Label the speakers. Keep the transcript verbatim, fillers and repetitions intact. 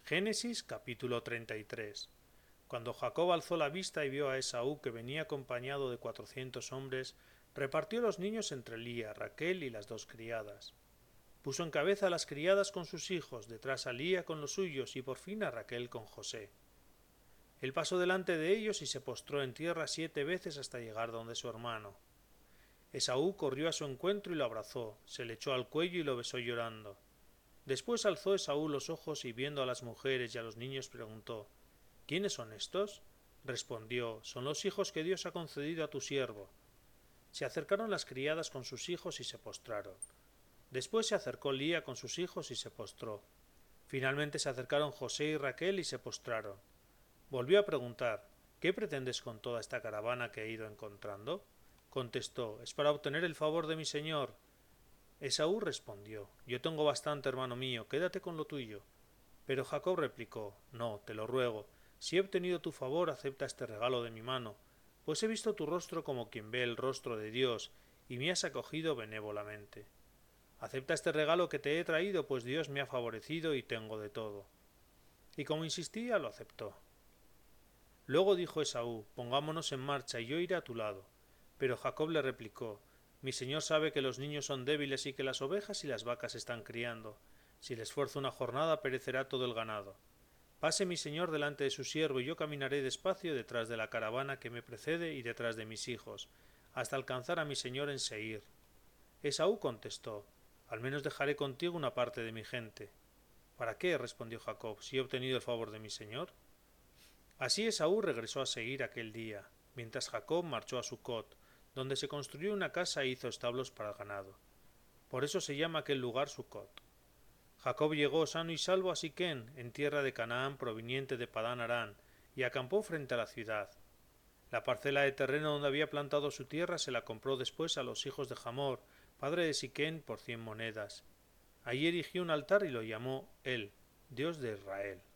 Speaker 1: Génesis capítulo treinta y tres. Cuando Jacob alzó la vista y vio a Esaú que venía acompañado de cuatrocientos hombres, repartió los niños entre Lía, Raquel y las dos criadas. Puso en cabeza a las criadas con sus hijos, detrás a Lía con los suyos y por fin a Raquel con José. Él pasó delante de ellos y se postró en tierra siete veces hasta llegar donde su hermano. Esaú corrió a su encuentro y lo abrazó, se le echó al cuello y lo besó llorando. Después alzó Esaú los ojos y viendo a las mujeres y a los niños preguntó: ¿Quiénes son estos? Respondió: Son los hijos que Dios ha concedido a tu siervo. Se acercaron las criadas con sus hijos y se postraron. Después se acercó Lía con sus hijos y se postró. Finalmente se acercaron José y Raquel y se postraron. Volvió a preguntar: ¿Qué pretendes con toda esta caravana que he ido encontrando? Contestó: Es para obtener el favor de mi señor. Esaú respondió: Yo tengo bastante, hermano mío, quédate con lo tuyo. Pero Jacob replicó: No, te lo ruego, si he obtenido tu favor, acepta este regalo de mi mano, pues he visto tu rostro como quien ve el rostro de Dios, y me has acogido benévolamente. Acepta este regalo que te he traído, pues Dios me ha favorecido y tengo de todo. Y como insistía, lo aceptó. Luego dijo Esaú: Pongámonos en marcha y yo iré a tu lado. Pero Jacob le replicó: Mi señor sabe que los niños son débiles y que las ovejas y las vacas están criando. Si les fuerzo una jornada perecerá todo el ganado. Pase mi señor delante de su siervo y yo caminaré despacio detrás de la caravana que me precede y detrás de mis hijos, hasta alcanzar a mi señor en Seir. Esaú contestó: Al menos dejaré contigo una parte de mi gente. ¿Para qué? Respondió Jacob, si he obtenido el favor de mi señor. Así Esaú regresó a Seir aquel día, mientras Jacob marchó a Sucot, donde se construyó una casa e hizo establos para el ganado. Por eso se llama aquel lugar Sucot. Jacob llegó sano y salvo a Siquén, en tierra de Canaán proveniente de Padán Arán, y acampó frente a la ciudad. La parcela de terreno donde había plantado su tierra se la compró después a los hijos de Hamor, padre de Siquén, por cien monedas. Allí erigió un altar y lo llamó El, Dios de Israel.